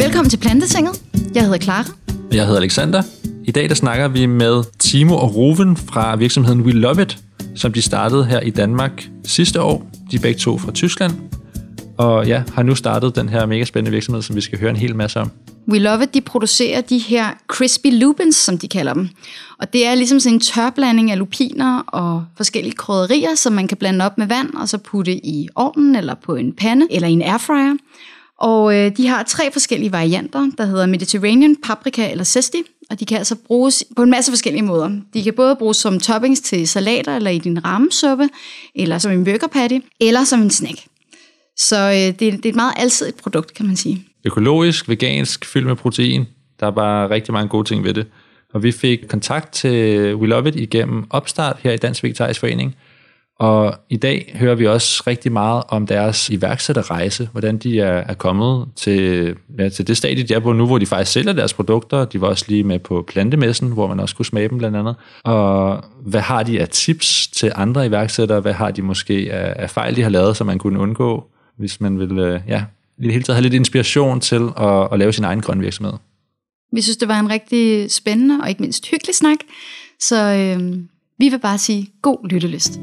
Velkommen til Plantetinget. Jeg hedder Clara. Jeg hedder Alexander. I dag der snakker vi med Timo og Ruven fra virksomheden We Love It, som de startede her i Danmark sidste år. De er begge to fra Tyskland. Og ja, har nu startet den her mega spændende virksomhed, som vi skal høre en hel masse om. We Love It, de producerer de her crispy lupins, som de kalder dem. Og det er ligesom sådan en tørblanding af lupiner og forskellige krydderier, som man kan blande op med vand, og så putte i ovnen, eller på en pande, eller i en airfryer. Og de har 3 forskellige varianter, der hedder Mediterranean, paprika eller zesti. Og de kan altså bruges på en masse forskellige måder. De kan både bruges som toppings til salater, eller i din rammesuppe, eller som en burger patty, eller som en snack. Så det er et meget alsidigt produkt, kan man sige. Økologisk, vegansk, fyldt med protein. Der er bare rigtig mange gode ting ved det. Og vi fik kontakt til We Love It igennem Opstart her i Dansk Vegetarisk Forening. Og i dag hører vi også rigtig meget om deres iværksætterrejse, hvordan de er kommet til det stadie, de er på nu, hvor de faktisk sælger deres produkter. De var også lige med på plantemessen, hvor man også kunne smage dem blandt andet. Og hvad har de af tips til andre iværksættere? Hvad har de måske af fejl, de har lavet, som man kunne undgå, hvis man vil i det hele taget have lidt inspiration til at lave sin egen grønne virksomhed? Vi synes, det var en rigtig spændende og ikke mindst hyggelig snak, så vi vil bare sige god lyttelyst.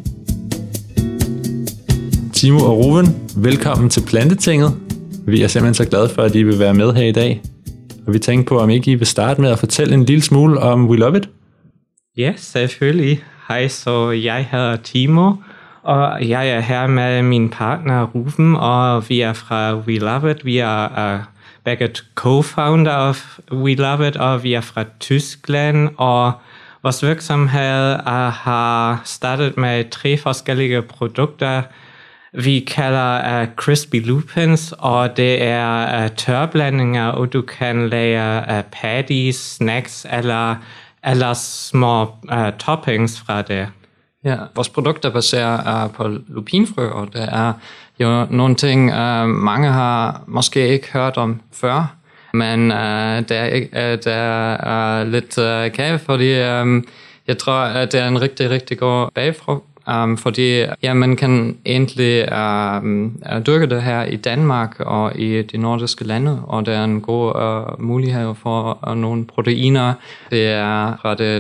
Timo og Ruven, velkommen til Plantetinget. Vi er simpelthen så glade for, at I vil være med her i dag. Og vi tænker på, om ikke I vil starte med at fortælle en lille smule om We Love It? Ja, selvfølgelig. Hej, så jeg hedder Timo, og jeg er her med min partner Ruven, og vi er fra We Love It. Vi er begge co-founder af We Love It, og vi er fra Tyskland, og vores virksomhed har startet med 3 forskellige produkter. Vi kalder crispy lupins, og det er tørblandinger, og du kan lave patties, snacks eller små toppings fra det. Ja, vores produkter baserer på lupinfrø, og det er jo nogle ting, mange har måske ikke hørt om før, men det er lidt kage, fordi jeg tror, at det er en rigtig, rigtig god bagfrugt. Fordi man kan egentlig dyrke det her i Danmark og i de nordiske lande, og det er en god mulighed for nogle proteiner. Det er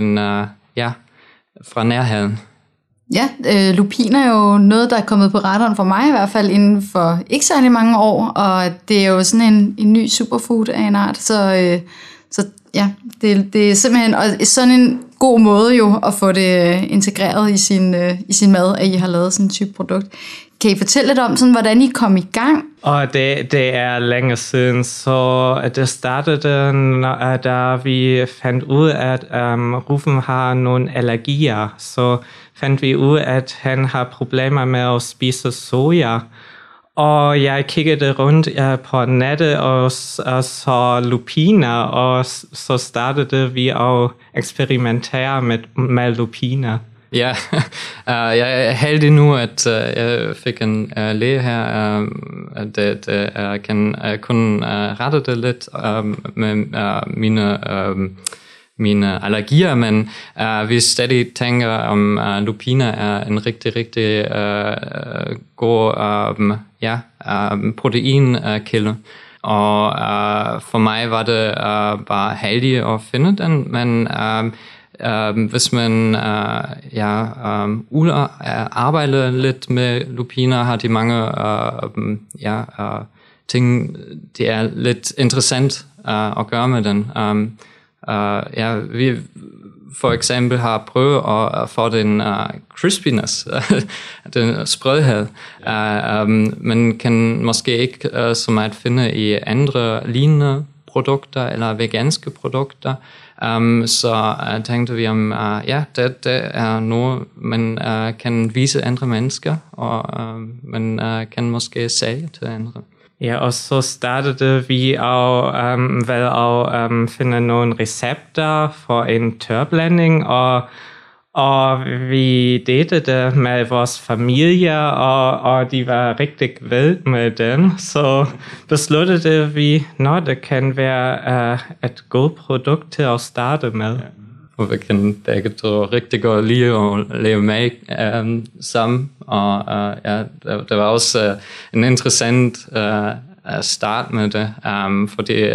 fra nærheden. Ja, lupiner er jo noget, der er kommet på radaren for mig i hvert fald inden for ikke særlig mange år, og det er jo sådan en ny superfood af en art, så ja, det er simpelthen sådan en god måde jo at få det integreret i sin mad, at I har lavet sådan en type produkt. Kan I fortælle lidt om, sådan, hvordan I kom i gang? Og det er længe siden, så det startede, da vi fandt ud af, at Ruven har nogle allergier. Så fandt vi ud af, at han har problemer med at spise soja. Og jeg kiggede rundt på nettet og så lupiner, og så startede vi at eksperimentere med lupiner. Ja, jeg er heldig nu, at jeg fik en læge her, at jeg kan kun rette det lidt med mine allergier, men vi stadig tænker om lupiner er en rigtig, rigtig god proteinkilde. Og for mig var det bare heldigt at finde den, men hvis man arbejder lidt med lupiner, har de mange ting, det er lidt interessant at gøre med den. Vi for eksempel har prøvet at få den crispiness, den sprødhed. Man kan måske ikke så meget finde i andre lignende produkter eller veganske produkter. Så tænkte vi om, det er noget, man kan vise andre mennesker, og man kan måske sælge til andre. Ja, og så startede vi at finde nogle recepter for en tørblanding, og vi delte det med vores familie, og de var rigtig glade med den. Så besluttede vi, det kan være et godt produkt til at starte med. Og vi kan begge to rigtig godt lide at lave mad sammen. Og det var også en interessant starte med det, fordi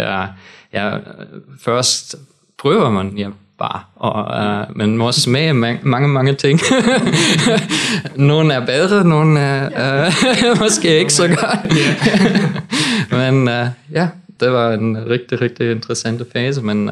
først prøver man bare, man må smage mange ting. Nogle er bedre, nogle er måske ikke så godt. Men det var en rigtig interessant fase, men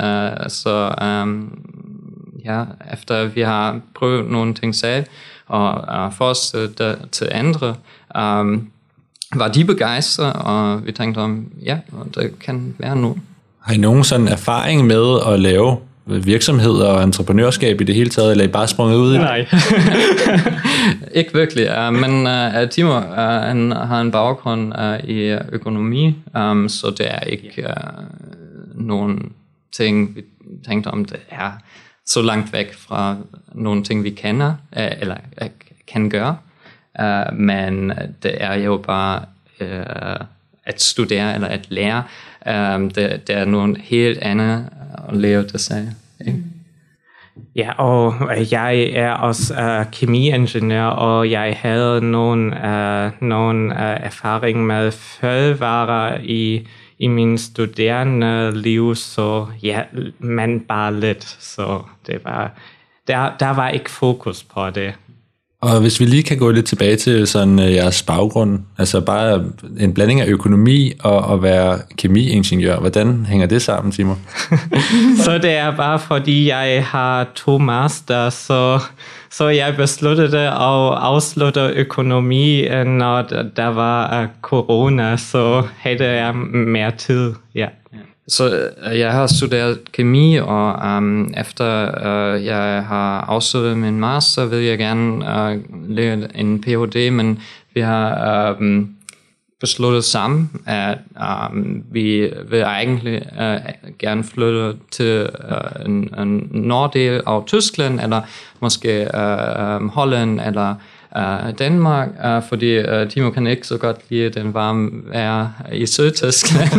efter vi har prøvet nogle ting selv, og fortsat til andre, var de begejstrede, og vi tænkte om, det kan være nu. Har I nogen sådan erfaring med at lave virksomheder og entreprenørskab i det hele taget, eller er I bare sprunget ud i det? Nej. Ikke virkelig, men Timo han har en baggrund i økonomi, så det er ikke nogen ting, vi tænkte om, det er så langt væk fra nogle ting, vi kender, eller kan gøre. Men det er jo bare at studere eller at lære. Det er noget helt andet at leve det selv. Ikke? Ja, og jeg er også kemiingeniør, og jeg havde nogle erfaring med fødevarer i min studerende liv, så men bare lidt. Så det var, der var ikke fokus på det. Og hvis vi lige kan gå lidt tilbage til sådan jeres baggrund, altså bare en blanding af økonomi og at være kemiingeniør, hvordan hænger det sammen, Timo? Så det er bare fordi jeg har 2 master, så jeg besluttede at afslutte økonomi, når der var corona, så havde jeg mere tid. Ja. Så jeg har studeret kemi, og efter jeg har afsluttet min master, vil jeg gerne lægge en Ph.D., men vi har besluttet sammen, at vi vil egentlig gerne flytte til en norddel af Tyskland, eller måske Holland, eller Danmark, fordi Timo kan ikke så godt lide den varme vejr i Sydtyskland.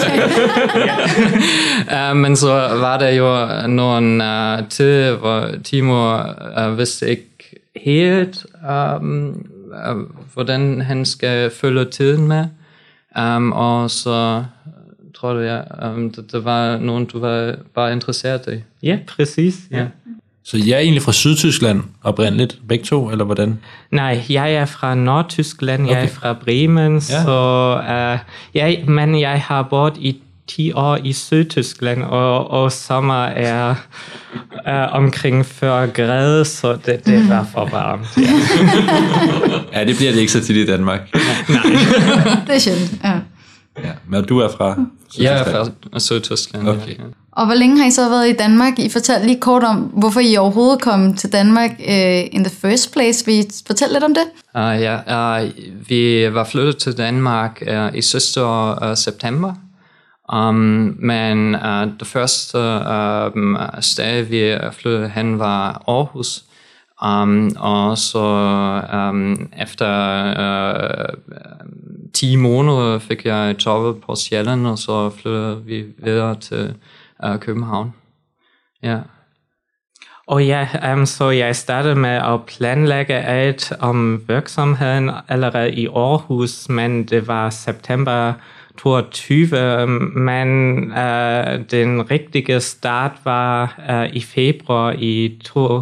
Men så var der jo nogle til, hvor Timo vidste ikke helt, hvordan han skal følge tiden med. Og så tror jeg, det var nogen, du var bare interesseret i. Ja, præcis. Ja. Så I er egentlig fra Sydtyskland oprindeligt, begge to, eller hvordan? Nej, jeg er fra Nordtyskland, jeg er fra Bremen, men jeg har boet i 10 år i Sydtyskland, og sommer er omkring 40 grader, så det var for varmt. Ja, det bliver det ikke så tit i Danmark. Nej. Det er sjældent, ja. Men du er fra Sydtyskland? Jeg er fra Sydtyskland. Okay. Og hvor længe har I så været i Danmark? I fortalte lige kort om, hvorfor I overhovedet kom til Danmark in the first place. Vil I fortælle lidt om det? Vi var flyttet til Danmark i sidste år, september. Men det første sted, vi flyttede hen, var Aarhus. Og så efter 10 måneder fik jeg jobbet på Sjælland, og så flyttede vi videre til København. Ja. Og så jeg startede med at planlægge alt om virksomheden allerede i Aarhus, men det var september 22, men den rigtige start var i februar i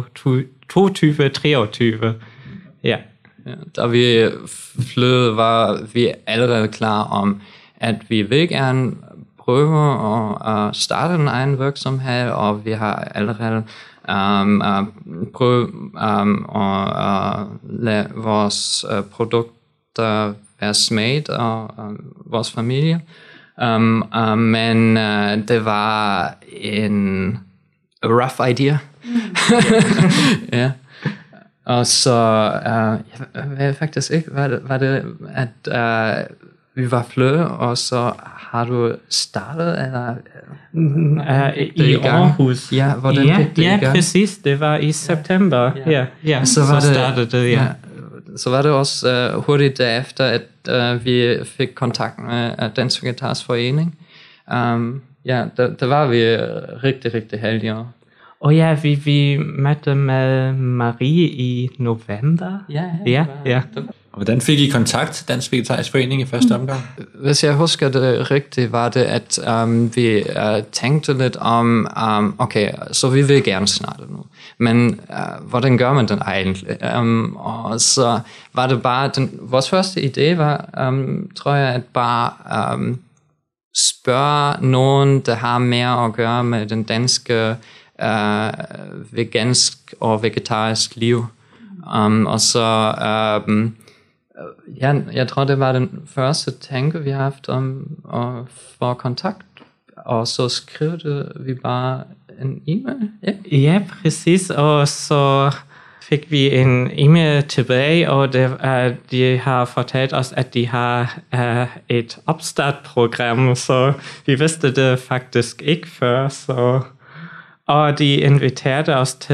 2023. Ja. Da vi flyttede, var vi allerede klar om, at vi vil gerne prøve at starte en egen virksomhed, og vi har allerede prøvet at lade vores produkter være smaget af vores familie. Men det var en rough idea. Ja. Og så faktisk ikke, var det at vi var flyttet, og så har du startet, eller i Aarhus. Ja, hvordan gik det i gang? Ja, præcis. Det var i september. Ja. Så startede det, ja. Så var det også hurtigt derefter, at vi fik kontakt med Dansk Vegetarisk Forening. Der var vi rigtig heldige. Og vi mødte med Marie i november. Ja. Hvordan fik I kontakt til Dansk Vegetarisk Forening i første omgang? Hvis jeg husker det rigtigt, var det, at vi tænkte lidt om, okay, så vi vil gerne starte nu. Men hvordan gør man den egentlig? Og så var det bare, vores første idé var, tror jeg, at bare spørge nogen, der har mere at gøre med den danske vegansk og vegetarisk liv. Og så... jeg tror, det var den første tanke, vi har haft om at få kontakt, og så skrev vi bare en e-mail. Ja, præcis, og så fik vi en e-mail tilbage, og de har fortalt os, at de har et opstartprogram, så vi vidste det faktisk ikke før, så... Og de inviterede os til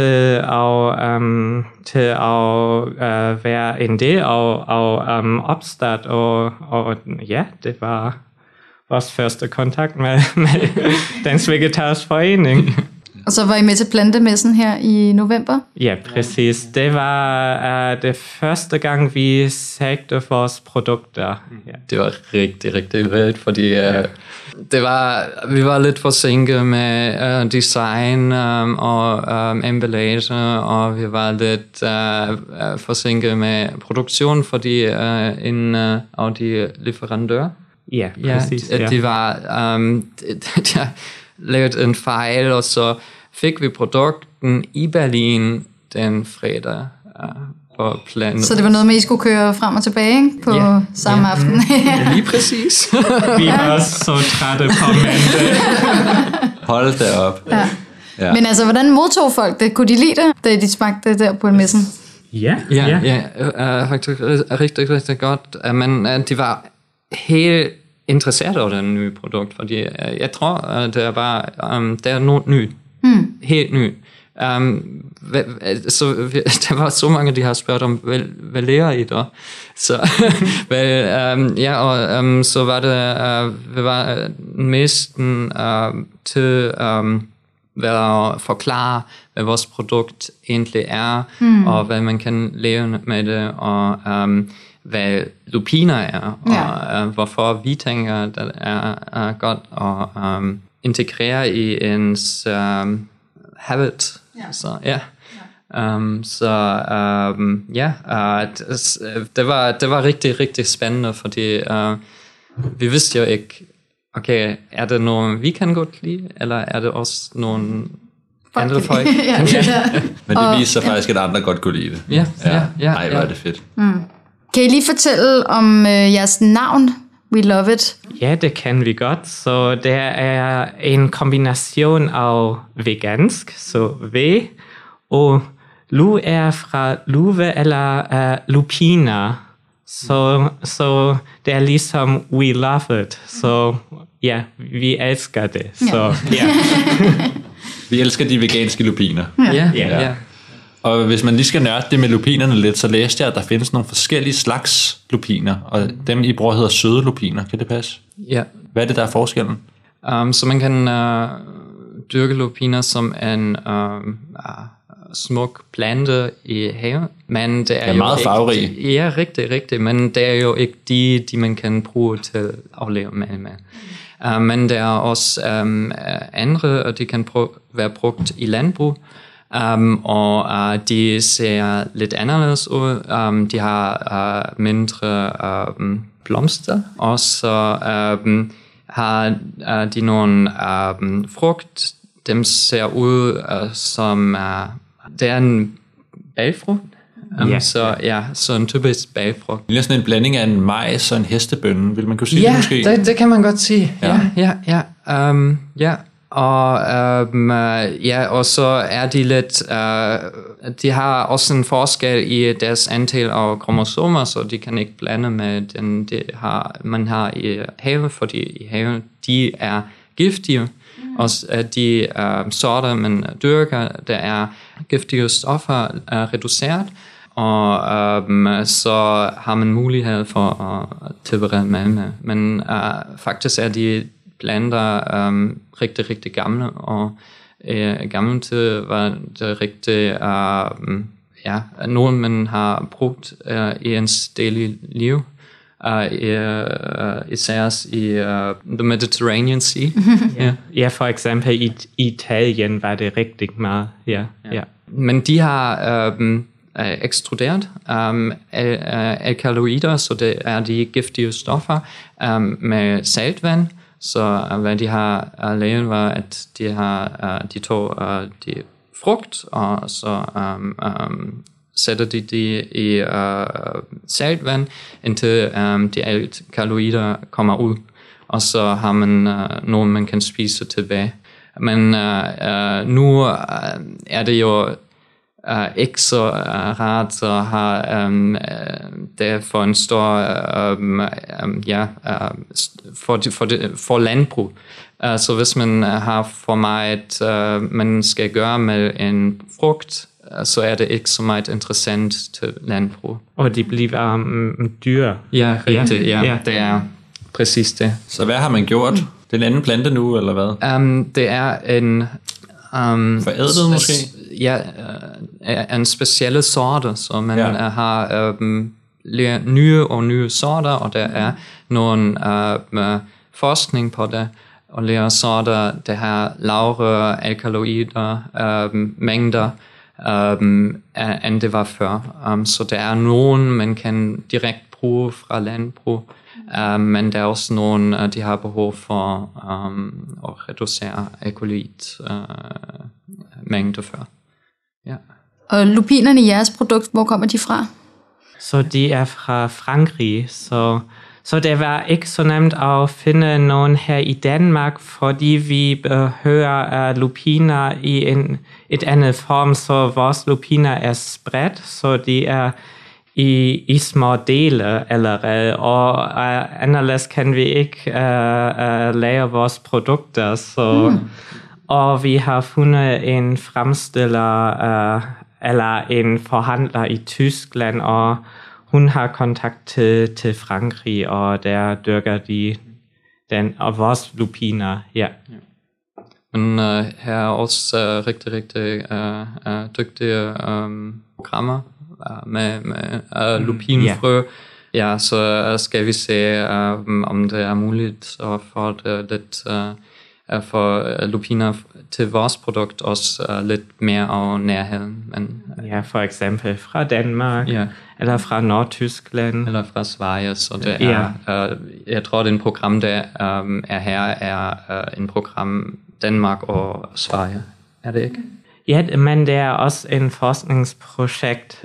at være en del af opstart, og ja, det var vores første kontakt med Dansk Vegetarisk Forening. Og så var I med til plantemessen her i november? Ja, præcis. Det var det første gang, vi sagde vores produkter. Ja. Det var rigtig, rigtig vildt, fordi vi var lidt forsinket med design og emballage, og vi var lidt forsinket med produktion, fordi en af de leverandører, Ja, præcis. Ja. De var de lavede en fejl, og så fik vi produkten i Berlin den fredag på planen. Så det var noget med, at I skulle køre frem og tilbage, ikke? På samme aften? Ja, lige præcis. Vi var så trætte på mandag. Hold da op. Ja. Men altså, hvordan modtog folk det? Kunne de lide det, da de smagte det der på messen? Ja, faktisk rigtig, rigtig godt. Men de var helt interesseret over den nye produkt, fordi jeg tror, det er bare, det er noget nyt. Helt nyt. Så der var så mange, de har spurgt om, hvad lærer I da? Så, så var det, vi var mest til at forklare, hvad vores produkt egentlig er, og hvad man kan leve med det, og hvad lupiner er, og hvorfor vi tænker, det er godt at integrere i ens habit. Så det var rigtig, rigtig spændende, fordi vi vidste jo ikke, okay, er det noget, vi kan godt lide, eller er det også nogle andre folk? Men det viser sig faktisk, at andre godt kunne lide det. Ej, hvor er det fedt. Kan I lige fortælle om jeres navn, We Love It? Ja, det kan vi godt. Så det er en kombination af vegansk, så V, og Lu er fra luve eller lupiner. Så det er ligesom We Love It. Så ja, vi elsker det. Så ja. Vi elsker de veganske lupiner. Ja. Og hvis man lige skal nørde det med lupinerne lidt, så læste jeg, at der findes nogle forskellige slags lupiner, og dem I bruger hedder søde lupiner. Kan det passe? Ja. Hvad er det, der er forskellen? Så man kan dyrke lupiner som en smuk plante i haven, men det er jo meget farverig. Ja, rigtig, men det er jo ikke de man kan bruge til at leve med. Men der er også andre, og de kan være brugt i landbrug. Og de ser lidt anderledes ud. De har mindre blomster, og så har de nogle frugt. Dem ser ud som det er en bælgfrugt. Så en typisk bælgfrugt. Det er sådan en blanding af en majs og en hestebønne, vil man kunne sige det måske? Ja, det kan man godt sige. Ja. Og så er de lidt, de har også en forskel i deres antal af kromosomer, så de kan ikke blande med den, man har i havet, fordi i havet, de er giftige, og de sorter, man dyrker, der er giftige stoffer reduceret, og så har man mulighed for at tilberede med. Men faktisk er de planter rigtig, rigtig gamle, og gammel tid var det rigtig nogen man har brugt i ens daily liv. Især i the Mediterranean Sea. Ja, for eksempel i Italien var det rigtig meget. Ja. Men de har ekstruderet alkaloider, så det er de giftige stoffer, med saltvand. Så hvad de har lavet var, at de tog de frugt, og så sætter de i saltvand, indtil de alkaloider kommer ud. Og så har man noget, man kan spise tilbage. Men nu er det jo ikke så rart at have det for en stor for landbrug. Så hvis man har for meget, man skal gøre med en frugt, så er det ikke så meget interessant til landbrug. Og de bliver dyr. Ja, rigtigt. Ja. Det er præcis det. Så hvad har man gjort? Det er en anden plante nu, eller hvad? Det er en... forædlet måske? Ja, en specielle sorte, så man har nye sorter, og der er nogle forskning på det, og lærer sorter, der har lavere alkaloider mængder, end det var før. Så der er nogen, man kan direkte bruge fra landbrug, men der er også nogen, de har behov for at reducere alkaloid mængde før. Ja. Og lupinerne i jeres produkt, hvor kommer de fra? Så de er fra Frankrig, så det var ikke så nemt at finde nogen her i Danmark, fordi vi behøver lupiner i et andet form, så vores lupiner er spredt, så de er i små dele allerede, og anderledes kan vi ikke lave vores produkter. Så, og vi har fundet en fremstiller eller en forhandler i Tyskland, og hun har kontakt til Frankrig, og der dyrker de den og vores lupiner. Ja. Men her er også rigtig dygtige programmer med lupinfrø. Ja, så skal vi se, om det er muligt at få det lidt for lupiner til vores produkt også lidt mere af nærheden. Men, ja, for eksempel fra Danmark, eller fra Nordtyskland. Eller fra Sverige, så det er, jeg tror, det er en program, der er her, er en program Danmark og Sverige. Er det ikke? Ja, men det er også en forskningsprojekt,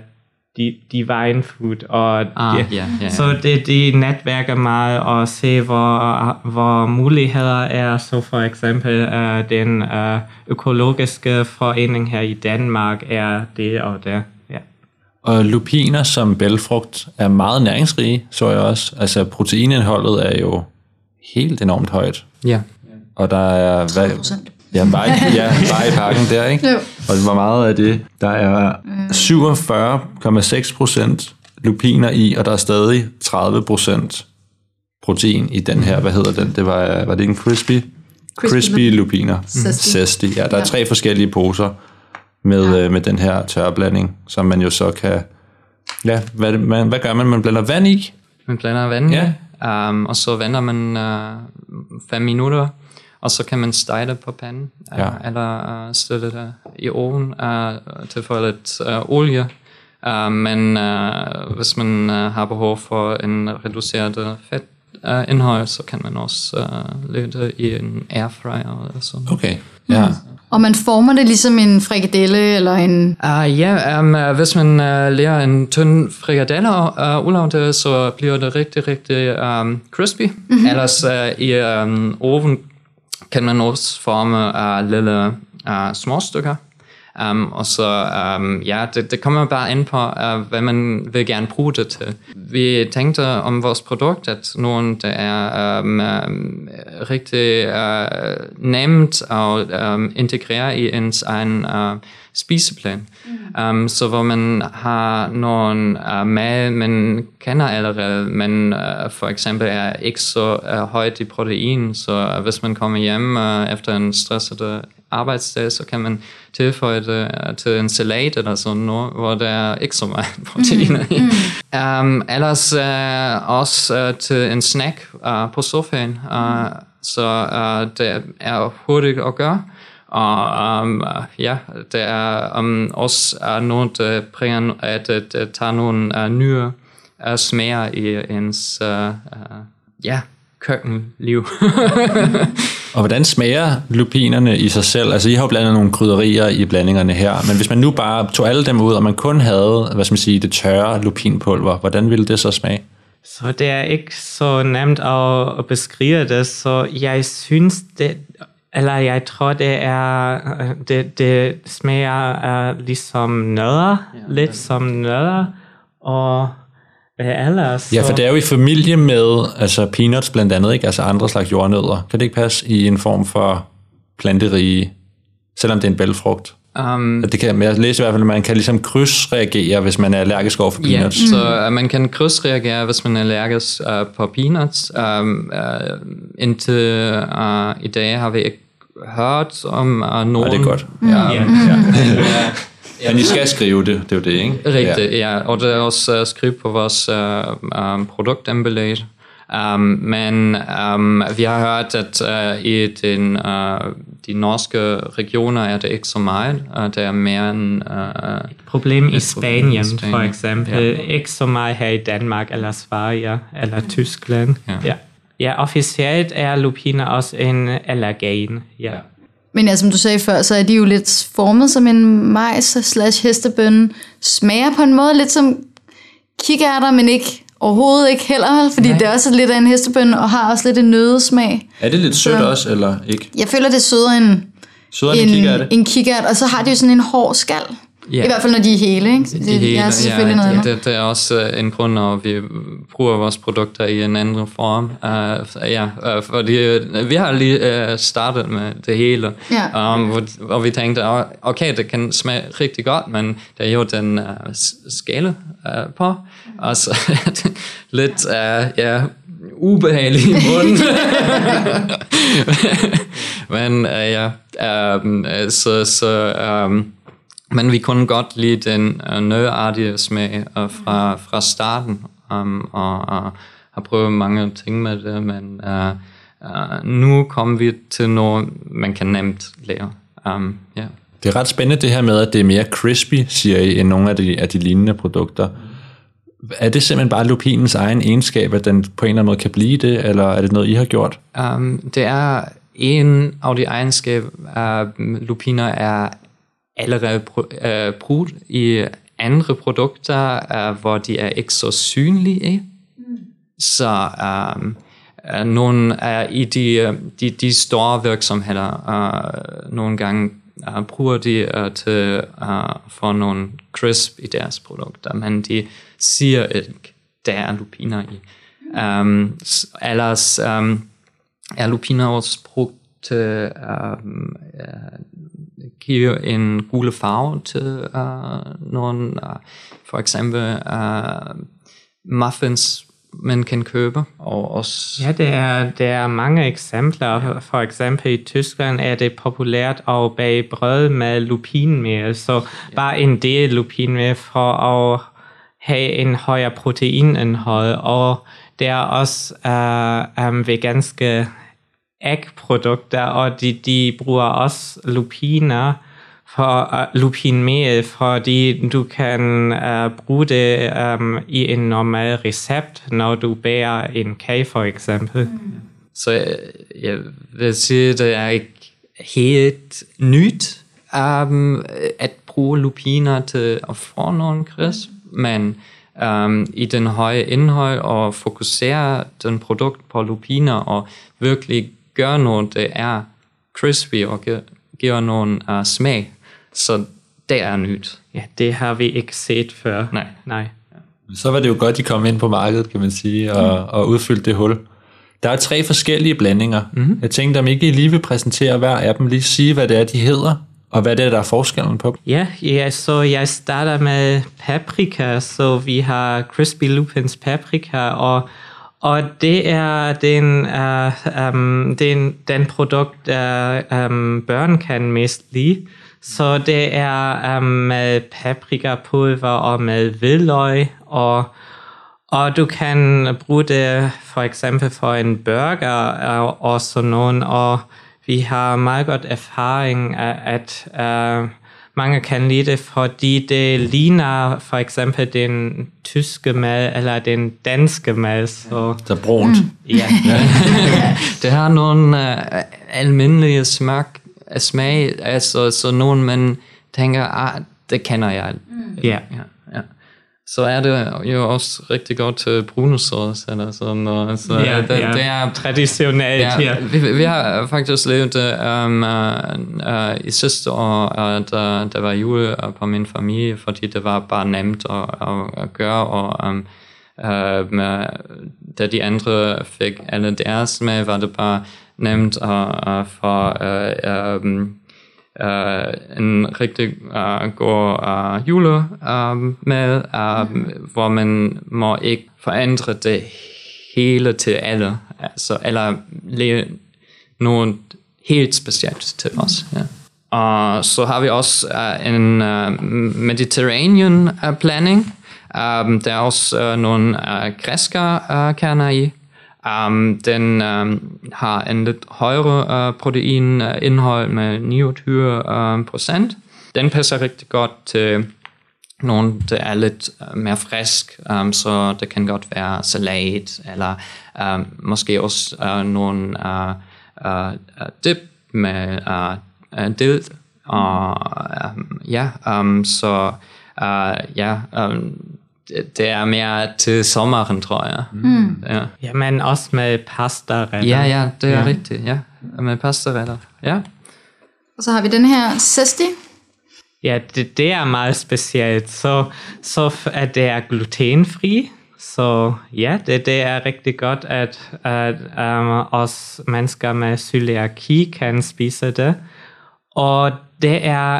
Divine Food, og så de netværker meget og se, hvor muligheder er. Så for eksempel den økologiske forening her i Danmark er det og det. Ja. Og lupiner som bælgfrugt er meget næringsrige, så jeg også. Altså proteinindholdet er jo helt enormt højt. Ja. Og der er... 30%. Ja, bare i pakken der, ikke? Jo. Og hvor meget af det? Der er 47,6% lupiner i, og der er stadig 30% protein i den her. Hvad hedder den? Det var det ikke en crispy lupiner? Zesty. Ja, der er 3 forskellige poser med den her tørblanding, som man jo så kan... Ja, hvad gør man? Man blander vand i? Man blander vand i, og så vender man 5 minutter. Og så kan man stege det på panden, eller stille det i ovnen til at få lidt olie. Men hvis man har behov for en reduceret fedtindhold, så kan man også lægge det i en airfryer eller sådan. Okay, ja. Og man former det ligesom en frikadelle eller en... Hvis man lærer en tynd frikadelle udlave det, så bliver det rigtig crispy. Ellers i oven kan man også forme lille små stykker. Og så, det kommer bare ind på, hvad man vil gerne bruge det til. Vi tænkte om vores produkt, at nogen, der er rigtig nemt at integrere i ens egen spiseplan. Så hvor man har nogle mad, man kender allerede, men for eksempel er ikke så højt i protein, så hvis man kommer hjem efter en stresset arbejdsdag, så kan man tilføje det til en salat eller sådan noget, hvor der er ikke så meget proteiner i. Ellers også til en snack på sofaen, så det er hurtigt at gøre. Og det er også noget, der bringer, at det tager nogle nye smager i ens køkkenliv. Og hvordan smager lupinerne i sig selv? Altså, I har jo blandet nogle krydderier i blandingerne her, men hvis man nu bare tog alle dem ud, og man kun havde, det tørre lupinpulver, hvordan ville det så smage? Så det er ikke så nemt at beskrive det, så jeg synes det, eller jeg tror det smager ligesom nødder, lidt som nødder, og hvad ellers? Ja, for det er jo i familie med altså peanuts blandt andet, ikke? Altså andre slags jordnødder. Kan det ikke passe i en form for planterige, selvom det er en bælgfrugt? Det kan jeg læse i hvert fald, at man kan ligesom krydsreagere, hvis man er allergisk over for peanuts. Ja, så man kan krydsreagere, hvis man er allergisk på peanuts. Indtil i dag har vi ikke hørt om nogen... Ja, det er godt. Men I skal skrive det, det er jo det, ikke? Rigtigt, ja. Og det er også skrevet på vores produktembelæg. Men vi har hørt, at i de norske regioner er det ikke så meget. Det er mere en... et problem i Spanien, for eksempel. Ja. Ikke så meget her i Danmark, eller Sverige, eller Tyskland. Ja, officielt er lupiner også en allergen. Ja. Men ja, som du sagde før, så er de jo lidt formet som en majs/hestebønne. Smager på en måde lidt som kikærter, men ikke overhovedet ikke heller, fordi det er også lidt af en hestebønne, og har også lidt en nødesmag. Er det lidt sødt også, eller ikke? Jeg føler, det er sødere en kikært, og så har de jo sådan en hård skal. Yeah. I hvert fald, når de er hele, ikke? Det er selvfølgelig noget andet. Det er også en grund, når vi bruger vores produkter i en anden form. Fordi vi har lige startet med det hele, og vi tænkte, okay, det kan smage rigtig godt, men der er jo den skala på, og så er det lidt ubehagelig i munden. Men men vi kunne godt lide den nøddeartige smag fra starten, og har prøvet mange ting med det, men nu kommer vi til noget, man kan nemt lære. Det er ret spændende det her med, at det er mere crispy, siger I, end nogle af de lignende produkter. Er det simpelthen bare lupinens egen egenskab, at den på en eller anden måde kan blive det, eller er det noget, I har gjort? Det er en af de egenskaber, lupiner er allerede brugt i andre produkter, hvor de er ikke så synlige. Så nogle i de store virksomheder nogle gange bruger de til for nogle crisp i deres produkter, men de siger ikke, der er lupiner i. Ellers er lupiner også brugt til give en gule farve til nogle, for eksempel muffins, man kan købe. Og også der er mange eksempler. For eksempel i Tyskland er det populært at bage brød med lupinmel, så bare en del lupinmel for at have en højere proteinindhold, og der er også veganske ægprodukter, og de bruger også lupiner for lupinmel, fordi du kan bruge det i en normal recept, når du bager en kage for eksempel. Så jeg vil sige, det er ikke helt nyt at bruge lupiner til at få nogle crisp, men i den høje indhold og fokusere den produkt på lupiner og virkelig gøre noget, det er crispy og giver nogen smag. Så det er nyt. Ja, det har vi ikke set før. Nej. Så var det jo godt, de kom ind på markedet, kan man sige, og udfyldte det hul. Der er 3 forskellige blandinger. Jeg tænkte, om ikke I lige vil præsentere hver af dem, lige sige, hvad det er, de hedder, og hvad det er, der er forskellen på. Ja, så jeg starter med paprika, så vi har Crispy Lupins paprika, Og det er den produkt, børn kan mest lide. Så det er med paprikapulver og med hvidløg, og du kan bruge det for eksempel for en burger og sådan noget, og vi har meget godt erfaring, at mange kan lide det, fordi det ligner for eksempel den tyske mad eller den danske mad. Så det er brunt. Ja. Det har nogle almindelige smag, altså så nogen man tænker, det kender jeg. Ja. Så er det jo også rigtig godt til brunosauce eller sådan noget. Så det er traditionelt. Ja, vi har faktisk levet i sidste år, der var jul på min familie, fordi det var bare nemt at gøre, og da de andre fik alle deres smag, var det bare nemt at få en rigtig god julemad, hvor man må ikke forandre det hele til alle, altså, eller lave noget helt specielt til os. Ja. Og så har vi også en Mediterranean blanding. Der er også nogle græske kerner i. Den har en lidt højere proteinindhold med 29%. Den passer rigtig godt til nogle, der er lidt mere frisk, så det kan godt være salat, eller måske også nogle dip med dild. Det er mere til sommeren, tror jeg. Ja, men også med pastaretter. Ja, det er rigtigt. Ja, med pastaretter. Ja. Og så har vi den her zesti. Ja, det er meget specielt. Så at det er glutenfri. Så ja, det er rigtig godt, at os mennesker med cøliaki kan spise det. Og det er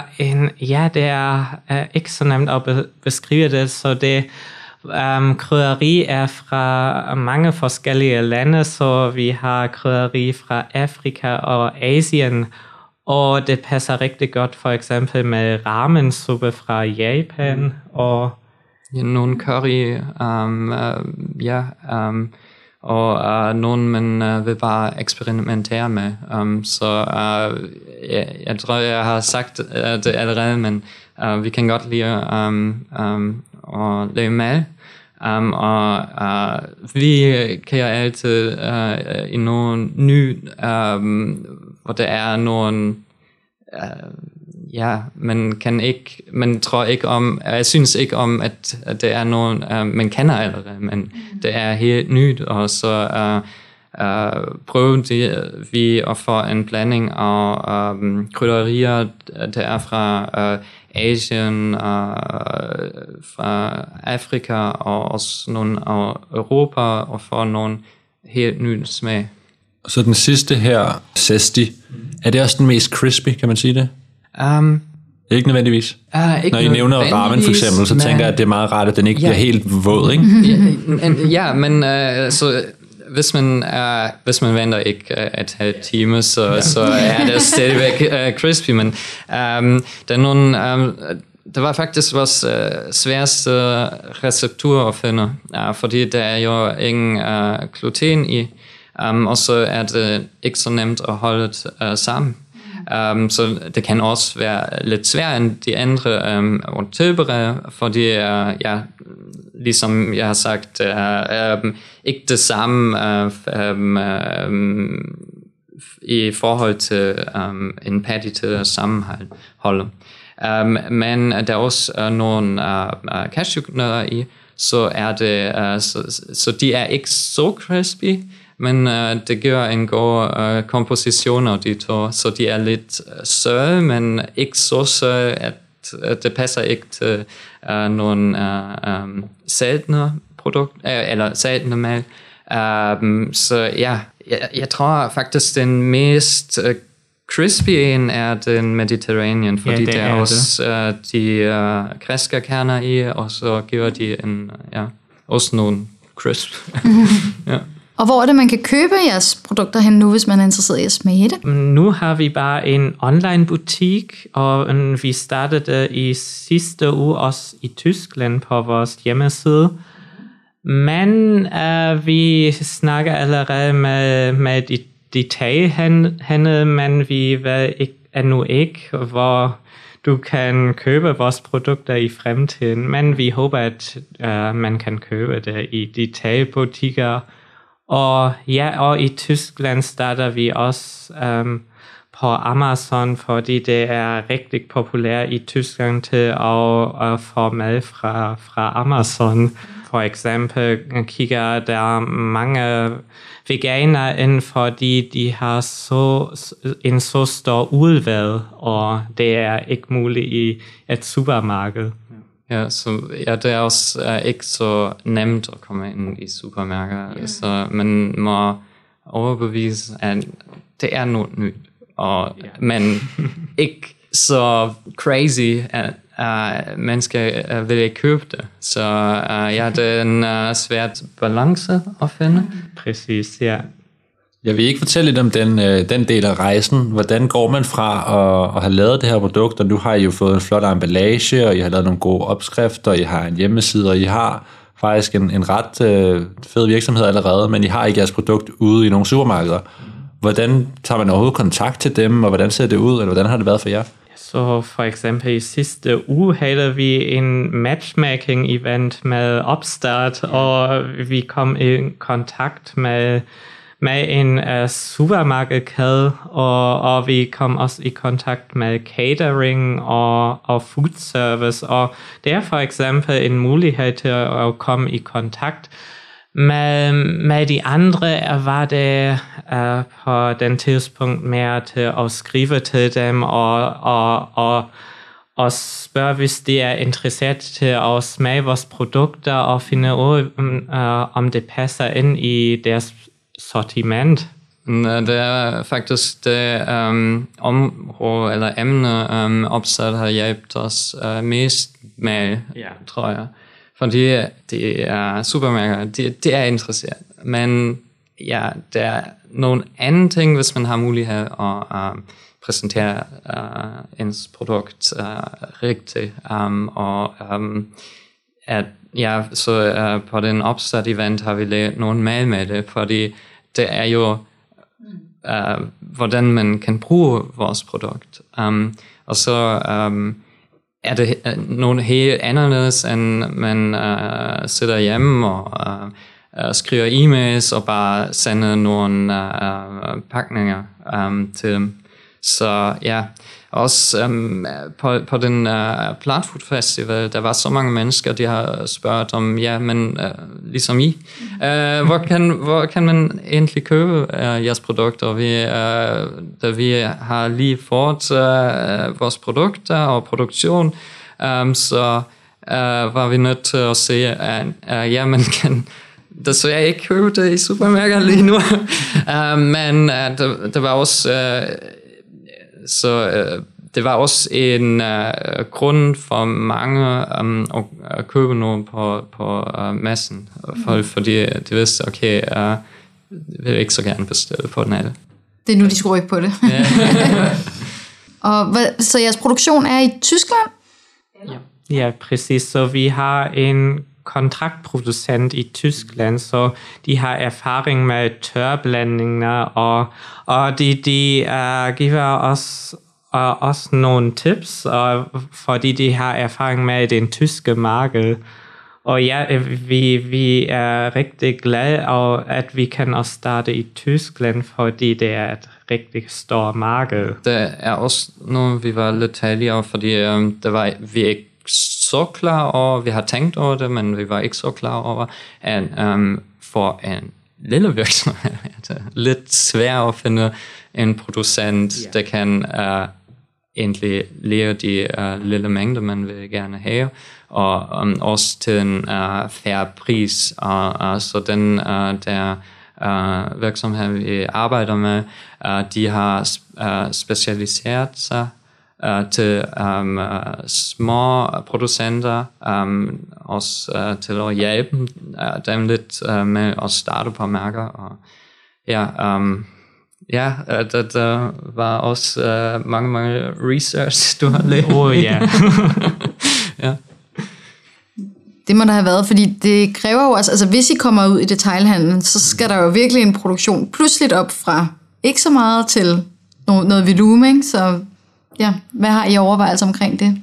ikke så nemt at beskrive det, så det krydderi er fra mange forskellige lande, så vi har krydderi fra Afrika og Asien, og det passer rigtig godt for eksempel med ramensuppe fra Japan og nogle curry, og nogen man vil bare eksperimentere med. Jeg tror, jeg har sagt det allerede, men vi kan godt lide at lave mad. Vi kan altid i nogen ny, hvor der er nogen man tror ikke om, jeg synes ikke om, at det er nogen, man kender allerede, men det er helt nyt, og så prøvede vi at få en blanding af krydderier, der er fra Asien, fra Afrika, og også nogle af Europa, og få nogle helt nye smag. Så den sidste her, zesti, er det også den mest crispy, kan man sige det? Ikke nødvendigvis. Ikke når I nævner ramen for eksempel, så tænker jeg, at det er meget rart, at den ikke bliver helt våd, ikke? Men så hvis man venter ikke et halvt time, så er det stadigvæk crispy, men der er nogle... det var faktisk vores sværeste receptur at finde, fordi der er jo ingen gluten i, og så er det ikke så nemt at holde det sammen. Så det kan også være lidt sværere end de andre at tilberede, fordi ligesom jeg har sagt, ikke det samme i forhold til en patty til sammenholde. Men der er også nogle cashewnødder i, så er det så de er ikke så crispy, men det gør en god komposition af de to, så de er lidt søde, men ikke så søde, at det passer ikke til nogle saltende produkter, eller saltende mad. Så ja, jeg tror faktisk den mest crispy en er den Mediterranean, fordi der er også de græske kerner i, og så giver de også nogle crisp. Ja. Og hvor er det, man kan købe jeres produkter hen nu, hvis man er interesseret i at smage det? Nu har vi bare en online butik, og vi startede i sidste uge også i Tyskland på vores hjemmeside. Men vi snakker allerede med detailhandel, men vi ved endnu ikke, hvor du kan købe vores produkter i fremtiden. Men vi håber, at man kan købe det i detailbutikker. Og i Tyskland starter vi også på Amazon, fordi det er rigtig populært i Tyskland til at få mad fra Amazon. For eksempel kigger der mange veganere ind, fordi de har en så stor udvalg, og det er ikke muligt i et supermarked. Ja, det er også ikke så nemt at komme ind i supermarkeder, så man må overbevise, at det er noget nyt, men ikke så crazy, at mennesker vil ikke købe det. Så det er en svært balance at finde. Præcis, ja. Jeg vil ikke fortælle lidt om den del af rejsen. Hvordan går man fra at have lavet det her produkt, og nu har I jo fået en flot emballage, og I har lavet nogle gode opskrifter, og I har en hjemmeside, og I har faktisk en ret fed virksomhed allerede, men I har ikke jeres produkt ude i nogle supermarkeder. Hvordan tager man overhovedet kontakt til dem, og hvordan ser det ud, eller hvordan har det været for jer? Så for eksempel i sidste uge havde vi en matchmaking-event med Opstart, og vi kom i kontakt med en supermarkedskæde, og vi kom også i kontakt med catering og food service, og det er for eksempel en mulighed til at komme i kontakt med de andre. Var det på den tidspunkt mere til at skrive til dem og spørge, hvis de er interesseret til at smage vores produkter og finde ud om det passer ind i deres sortiment. Det er faktisk det område eller emne Opstart har hjulpet os mest med, tror jeg. Fordi det er supermarkeder, det er interesseret. Men ja, der er nogle andre ting, hvis man har mulighed at præsentere ens produkt rigtigt. Så på den Opstart-event har vi lavet nogle mail med det, fordi det er jo, hvordan man kan bruge vores produkt. Og så er det nogle helt anderledes, end man sidder hjemme og skriver e-mails og bare sender nogle pakninger til dem. Så ja, også på den Plant Food Festival, der var så mange mennesker, de har spurgt om, ligesom I, hvor kan man egentlig købe jeres produkter? Da vi har lige fået vores produkter og produktion, så var vi nødt til at se, at man kan desværre ikke købe det i supermarkeder lige nu. Men det var også det var også en grund for mange at købe noget på massen, fordi de vidste, okay, jeg vil ikke så gerne bestille på den alle. Det er nu, de skruer ikke på det. Så jeres produktion er i Tyskland? Ja, præcis. Så vi har en kontraktproducent i Tyskland, så de har erfaring med tørblandinger, og de giver os også nogle tips, fordi de har erfaring med det tyske marked. Og ja, vi er rigtig glade over, at vi kan også starte i Tyskland, fordi det er et rigtig stort marked. Det er også noget, vi var lidt heldige over, fordi det var vi ikke så klar over, vi har tænkt over det, men vi var ikke så klar over, at for en lille virksomhed er det lidt svært at finde en producent, der kan egentlig leve de lille mængder, man vil gerne have, og også til en fair pris. Så den der virksomhed, vi arbejder med, de har specialiseret sig til små producenter, også til at hjælpe dem lidt med at starte på mærker. Og det var også mange research, du har lavet. Ja. Det må der have været, fordi det kræver jo også, altså hvis I kommer ud i detailhandlen, så skal der jo virkelig en produktion pludseligt op fra ikke så meget til noget volumen, så ja, hvad har I overvejelser omkring det?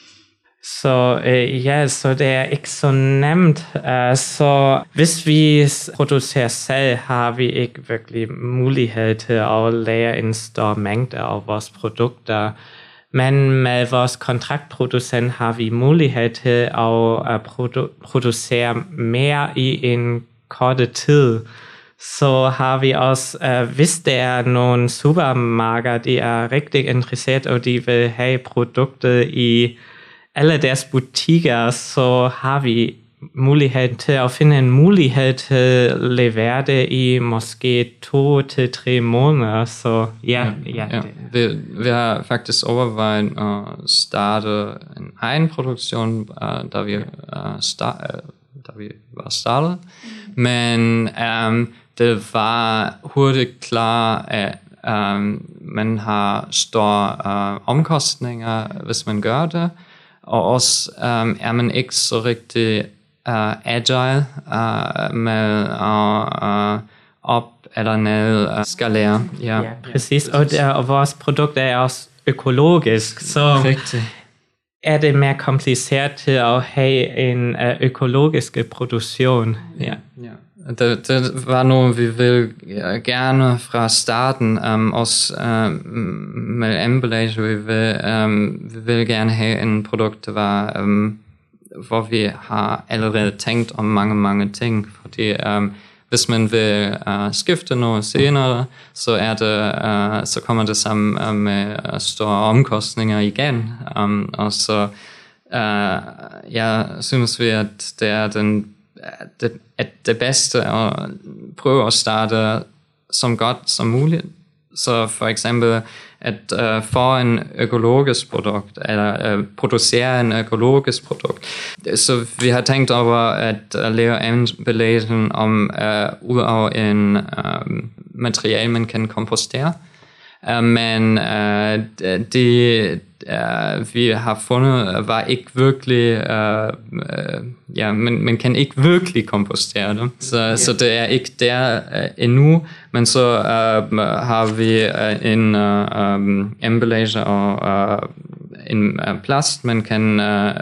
Så det er ikke så nemt. Så hvis vi producerer selv, har vi ikke virkelig mulighed til at lære en stor mængde af vores produkter. Men med vores kontraktproducent har vi mulighed til at producere mere i en korte tid. Så har vi også, hvis der er nogle supermarkeder, de er rigtig interesseret, og de vil have produkter i alle deres butikker, så har vi mulighed til at finde en mulighed til at levere det i måske 2 til 3 måneder. Så Vi har faktisk overvejet at starte en egen produktion, da vi var startet. Men det var hurtigt klar, at man har store omkostninger, hvis man gør det. Og også er man ikke så rigtig agile med op eller ned skalere. Ja, præcis. Og vores produkt er også økologisk, så er det mere kompliceret til at have en økologisk produktion. Ja. Det var noget, vi ville gerne fra starten, også med emballage. Vi vil gerne have en produkt, der var, hvor vi har allerede tænkt om mange ting, fordi hvis man vil skifte noget senere, så kommer det sammen med store omkostninger igen. Og så jeg synes vi, at det er det bedste at prøve at starte så godt som muligt. Så for eksempel at få en økologisk produkt, eller producere en økologisk produkt. Så vi har tænkt over at lave emballagen ud af en materiale, man kan kompostere. Men vi har fundet, var ikke virkelig, man kan ikke virkelig kompostere det. Så det er ikke der endnu, men så har vi en emballage og en plast, man kan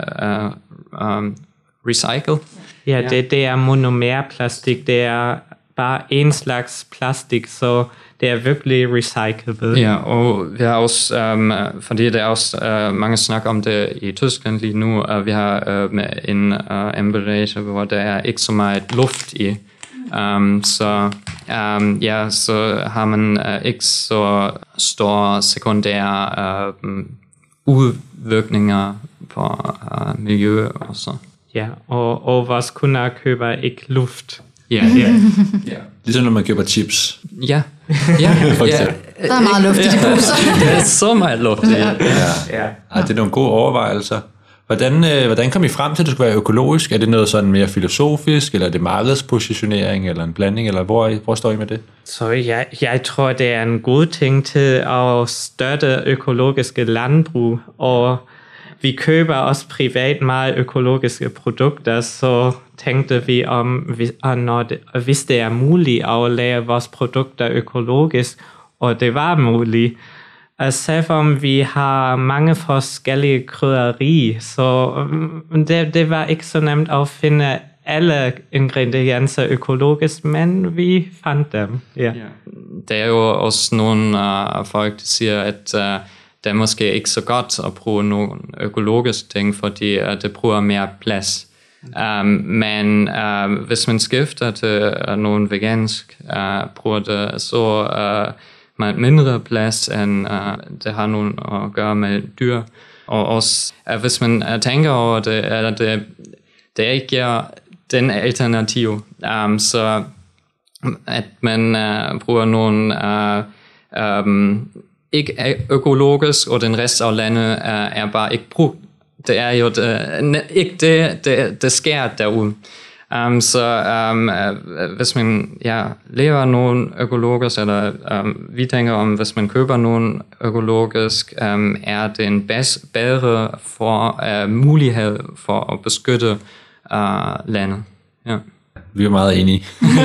recycle. Ja, det er monomerplastik, det er bare en slags plastik, så det er virkelig recyclable. Ja, og vi har også, fordi der er også mange snak om det i Tyskland lige nu, vi har en emballage, hvor der er ikke så meget luft i. Så har man ikke så store sekundære udvirkninger på miljøet også. Ja, og vores kunder køber ikke luft. Ja. Ligesom når man køber chips. Ja. Der er meget luft i de poser. Der er så meget luft i. Ja. Det er nogle gode overvejelser. Hvordan kom I frem til, at det skulle være økologisk? Er det noget sådan mere filosofisk, eller er det markedspositionering, eller en blanding, eller hvor står I med det? Så jeg tror, det er en god ting til at støtte økologiske landbrug, og vi køber også privat meget økologiske produkter, så tænkte vi hvis det er muligt at lave vores produkter økologisk, og det var muligt. Selvom vi har mange forskellige krydderier, så det var ikke så nemt at finde alle ingredienser økologisk, men vi fandt dem. Ja. Der er jo også nogle folk, der siger, at det er måske ikke så godt at bruge nogle økologiske ting, fordi det bruger mere plads. Men hvis man skifter til nogle vegansk produkter, så meget mindre plads, end det har nogen at gøre med dyr. Og også, hvis man tænker over det, eller det er ikke den alternativ. Så at man bruger nogle ikke er økologisk, og den rest af landet er bare ikke brugt. Det er jo ikke det sker derude. Hvis man lever nogen økologisk, eller vi tænker om, hvis man køber nogen økologisk, er det en bedre mulighed for at beskytte landet. Ja. Vi er meget enige.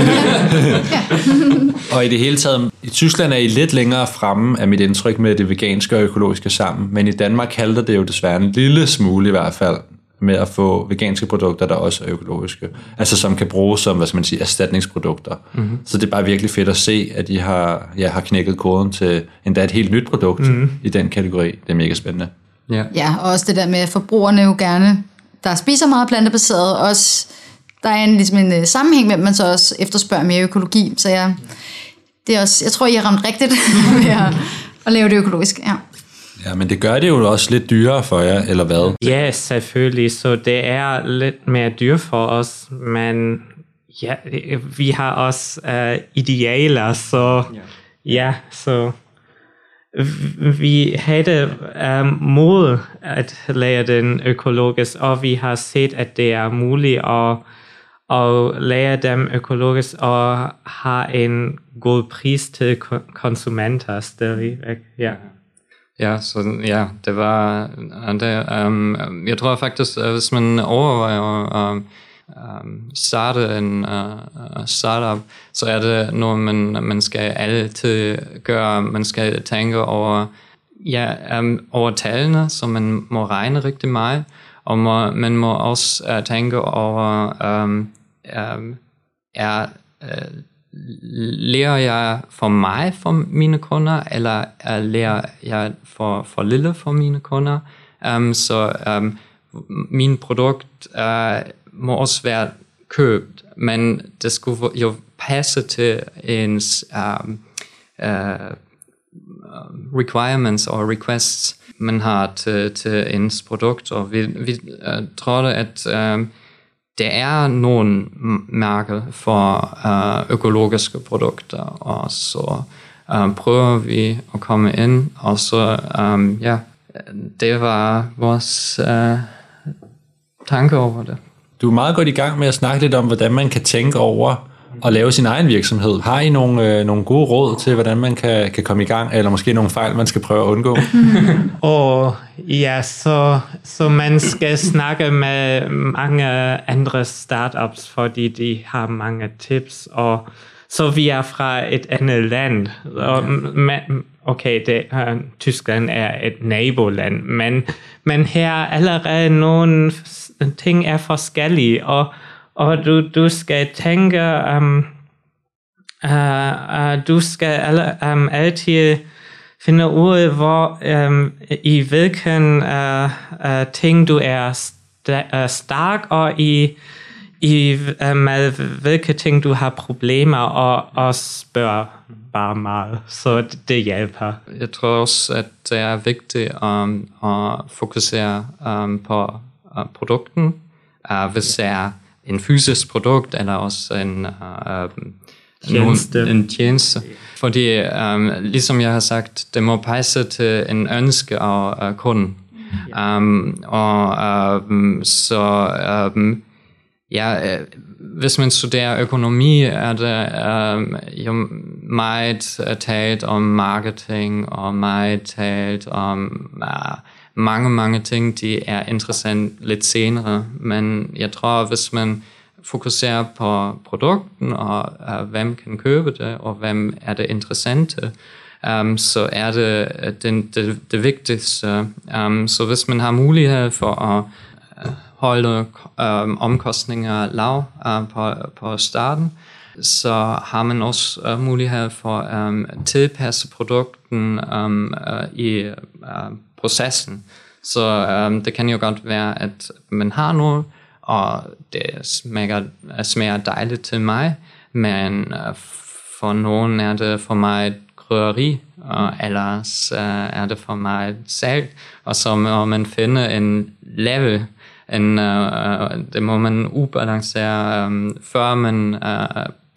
Og i det hele taget, i Tyskland er I lidt længere fremme af mit indtryk med det veganske og økologiske sammen, men i Danmark halter det jo desværre en lille smule i hvert fald med at få veganske produkter, der også er økologiske. Altså som kan bruges som, hvad skal man sige, erstatningsprodukter. Mm-hmm. Så det er bare virkelig fedt at se, at de har knækket koden til endda et helt nyt produkt i den kategori. Det er mega spændende. Ja, og også det der med, at forbrugerne jo gerne, der spiser meget plantebaseret, også der er ligesom en sammenhæng med, at man så også efterspørger mere økologi. Så det er også, jeg tror, I har ramt rigtigt med at lave det økologisk. Ja. Ja, men det gør det jo også lidt dyrere for jer, eller hvad? Ja, selvfølgelig. Så det er lidt mere dyrt for os, men ja, vi har også idealer, så så vi havde mod at lave den økologisk, og vi har set, at det er muligt at lave dem økologisk og have en god pris til konsumenter stadigvæk. Ja. Ja, så ja, det var det. Jeg tror faktisk, at hvis man overvejer at starte en startup, så er det noget, man skal altid gøre. Man skal tænke over over tallene, så man må regne rigtig meget, og man må også tænke over lærer jeg for mig for mine kunder, eller lærer jeg for lille for mine kunder? Min produkt må også være købt, men det skulle jo passe til ens requirements og requests, man har til ens produkt, og vi tror, at der er nogle marked for økologiske produkter, og så prøver vi at komme ind, og så det var vores tanke over det. Du er meget godt i gang med at snakke lidt om, hvordan man kan tænke over at lave sin egen virksomhed. Har I nogle gode råd til, hvordan man kan komme i gang, eller måske nogle fejl, man skal prøve at undgå? Så man skal snakke med mange andre startups, fordi de har mange tips, og så vi er fra et andet land. Tyskland er et naboland, men her allerede nogle ting er forskellige, og du skal tænke, du skal altid finde ud af, hvor i hvilken ting du er stærk, og i med hvilke ting du har problemer, og spørg bare meget. Så det hjælper. Jeg tror også, at det er vigtigt at fokusere på produkten. Hvis det er en fysisk produkt, eller også en tjeneste. Fordi, ligesom jeg har sagt, det må passe til en ønske af kunden. Hvis man studerer økonomi, er det jo meget talt om marketing, og meget talt om mange ting, de er interessant lidt senere. Men jeg tror, hvis man fokuserer på produkten, og hvem kan købe det, og hvem er det interessante, så er det vigtigste. Så hvis man har mulighed for at holde omkostninger lav på starten, så har man også mulighed for at tilpasse produkten i processen. Så det kan jo godt være, at man har noget, og det smager dejligt til mig, men for nogen er det for mig et krydderi, og ellers er det for mig et salt, og så må man finde en level, det må man ubalancere, før man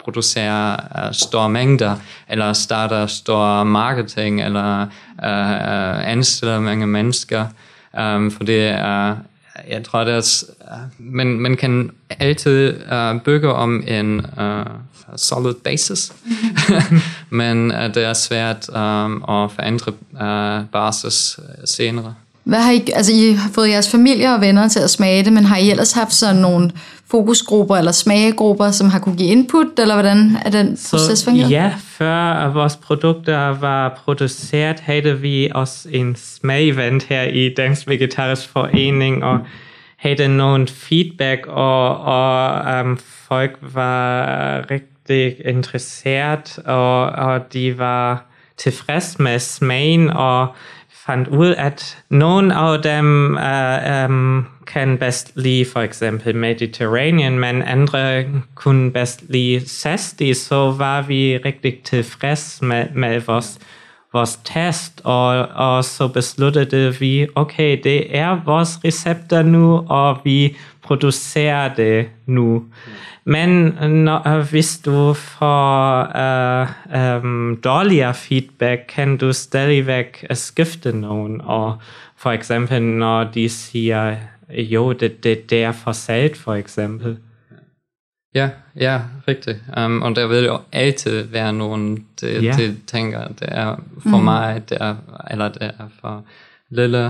producerer store mængder, eller starter stor marketing, eller anstiller mange mennesker. Fordi jeg tror, at man kan altid bygge om en solid basis, men det er svært at forandre basis senere. Hvad har I har fået jeres familie og venner til at smage det, men har I ellers haft sådan nogle fokusgrupper eller smagegrupper, som har kunne give input, eller hvordan er den proces fungeret? Ja, før vores produkter var produceret, havde vi også en smagevent her i Dansk Vegetarisk Forening, og havde nogle feedback, og folk var rigtig interesseret, og de var tilfreds med smagen, og fandt ud, at nogle af dem kan bedst lide for eksempel Mediterranean, men andre kunne bedst lide zesty, så var vi rigtig tilfreds med vores test, og så besluttede vi, okay, det er vores recepter nu, og vi producerer det nu. Men hvis du får dårligere feedback, kan du stadigvæk skifte nogen. Og for eksempel, når de siger, jo, det er for salt, for eksempel. Ja, rigtigt. Og der vil jo altid være nogen, der tænker, det er for mig, eller det er for lille.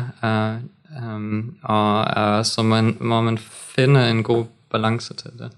Og så må man finde en god balance til det.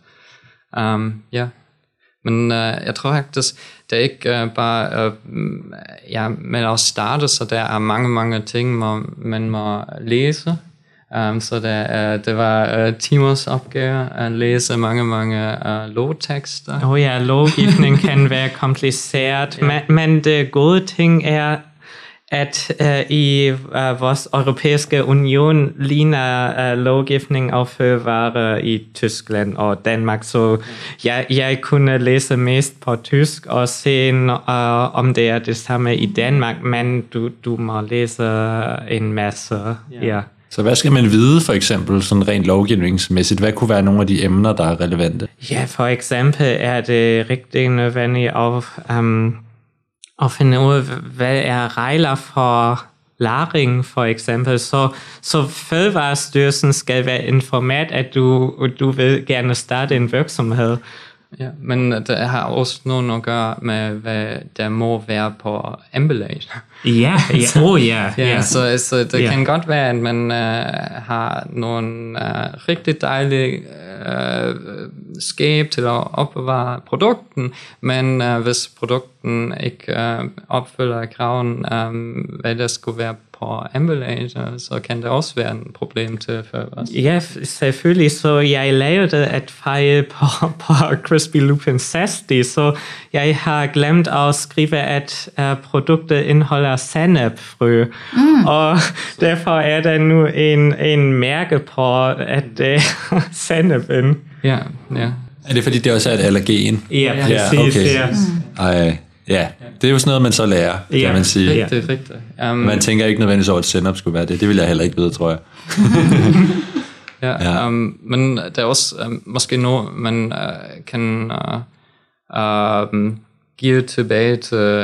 Men jeg tror faktisk, det er ikke bare med at starte, så der er mange ting, man må læse. Så det var Timos opgave at læse mange lovtekster. Lovgivning kan være kompliceret, men det gode ting er, at i vores europæiske union ligner lovgivning af fødevarer i Tyskland og Danmark, så jeg kunne læse mest på tysk og se, om det er det samme i Danmark, men du må læse en masse. Ja. Så hvad skal man vide for eksempel, sådan rent lovgivningsmæssigt? Hvad kunne være nogle af de emner, der er relevante? Ja, for eksempel er det rigtig nødvendigt at finde ud af, hvad er regler for lagring, for eksempel. Så Fødevarestyrelsen skal være informeret, at du vil gerne starte en virksomhed. Ja, men det har også noget at gøre med, hvad der må være på emballage. Ja. Så det kan godt være, at man har nogle rigtig dejlige skab til at opbevare produkten, men hvis produkten ikke opfylder kraven, hvad der skulle være på emballage, så kan det også være et problem til først. Ja, selvfølgelig. Så jeg lavede et fejl på Crispy Lupin Zesty, så jeg har glemt at skrive, at produktet indeholder sennepfrø. Og derfor er der nu en mærke på, at det er sennepen. Ja. Er det fordi, det også er et allergen? Ja, præcis. Okay. Ja, det er jo sådan noget, man så lærer, kan man sige. Rigtigt. Man tænker ikke nødvendigvis over, at sennep skulle være det. Det vil jeg heller ikke vide, tror jeg. Men der er også måske noget, man kan give tilbage til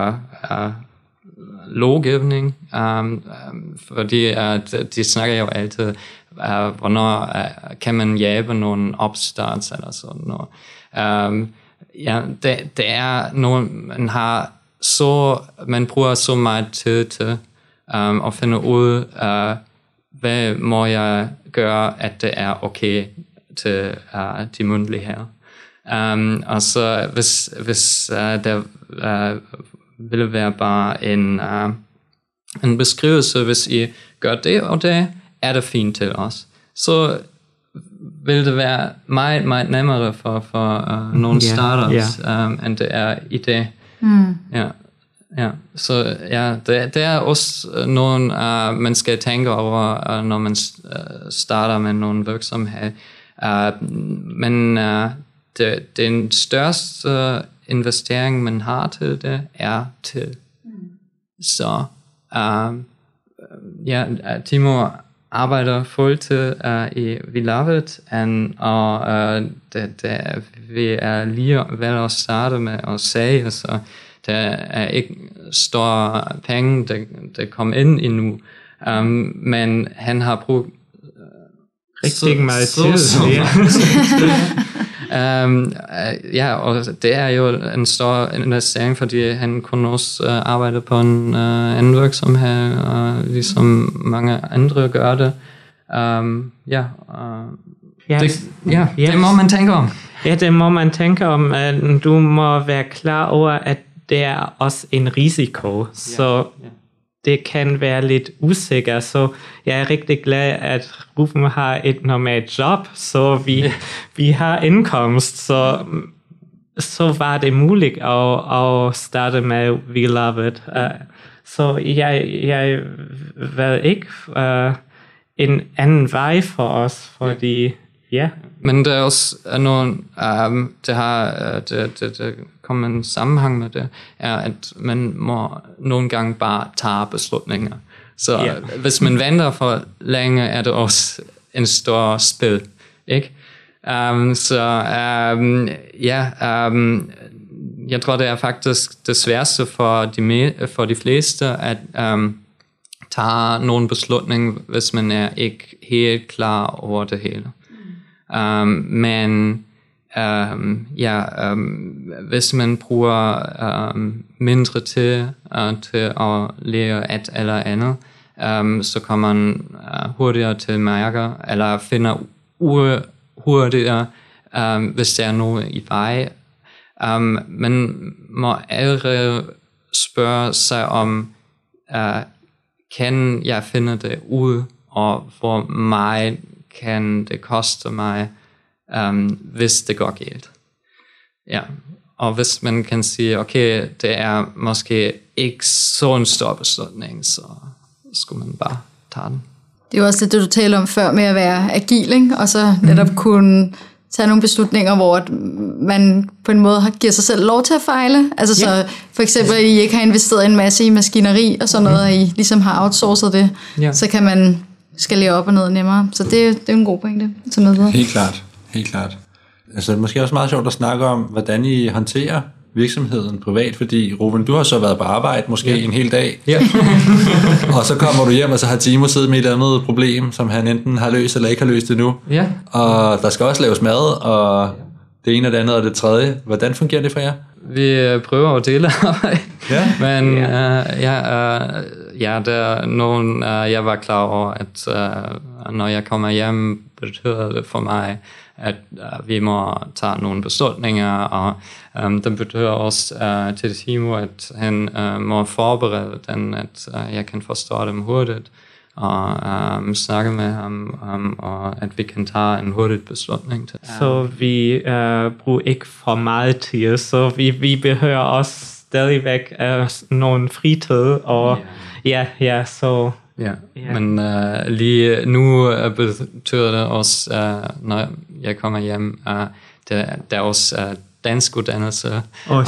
lovgivning, fordi de snakker jo altid, hvornår kan man hjælpe nogle opstarts eller sådan noget. Det er noget, man bruger så meget tid til at finde ud af, hvad må jeg gøre, at det er okay til de mundtlige her. Og så hvis der vil være bare en beskrivelse, hvis I gør det og det, er det fint til os. Så vil det være meget, meget nemmere for nogle startups, end det er i dag. Så det er også noget, man skal tænke over, når man starter med nogle virksomhed. Men den største investering, man har til det, er til. Så Timo arbejder fuldtid i We Love It, og vi er lige ved at starte med at sige, så der er ikke store penge, der kommer ind endnu, men han har brugt rigtig meget tid. Og det er jo en stor investering, fordi han kunne også arbejde på en anden virksomhed, ligesom mange andre gør det. Det må man tænke om. Ja, det må man tænke om. Du må være klar over, at det er også en risiko, så det kan være lidt usikker, så jeg er rigtig glad, at Ruben har et normalt job, så vi har indkomst, så var det muligt at starte med We Love It. Så jeg ved ikke en anden vej for os, fordi Men der er også nogle, det kommer en sammenhæng med det, er, at man må nogle gange bare tage beslutninger. Så hvis man venter for længe, er det også en stor spil, ikke? Jeg tror, det er faktisk det sværeste for de fleste, at tage nogle beslutninger, hvis man er ikke helt klar over det hele. Hvis man bruger mindre til at lære et eller andet, så kommer man hurtigere til mærker, eller finder hurtigere, hvis der er noget i vej. Man må allerede spørge sig om, kan jeg finde det ud, og hvor meget kan det koste mig, hvis det går galt. Ja. Og hvis man kan sige, okay, det er måske ikke så en stor beslutning, så skulle man bare tage den. Det er jo også det, du talte om før med at være agil, ikke? Og så netop kunne tage nogle beslutninger, hvor man på en måde giver sig selv lov til at fejle. Altså så for eksempel, at I ikke har investeret en masse i maskineri og sådan noget, og I ligesom har outsourcet det, så kan man skalere op og ned nemmere. Så det er en god pointe at tage med videre. Helt klart. Altså, det er måske også meget sjovt at snakke om, hvordan I håndterer virksomheden privat, fordi Ruben, du har så været på arbejde måske en hel dag, og så kommer du hjem, og så har Timo siddet med et andet problem, som han enten har løst eller ikke har løst endnu. Og der skal også laves mad, og det ene og det andet og det tredje. Hvordan fungerer det for jer? Vi prøver at dele arbejde, men der er nogen, jeg var klar over, at når jeg kommer hjem, betyder det for mig, at vi må tage nogle beslutninger, og det betyder også til Timo, at han må forberede den, at jeg kan forstå dem hurtigt, og snakke med ham, og at vi kan tage en hurtig beslutning til. Så vi bruger ikke for meget tid, så vi behøver også stadigvæk nogle fritid, og så... Men lige nu betyder det også, når jeg kommer hjem, der er også dansk uddannelse,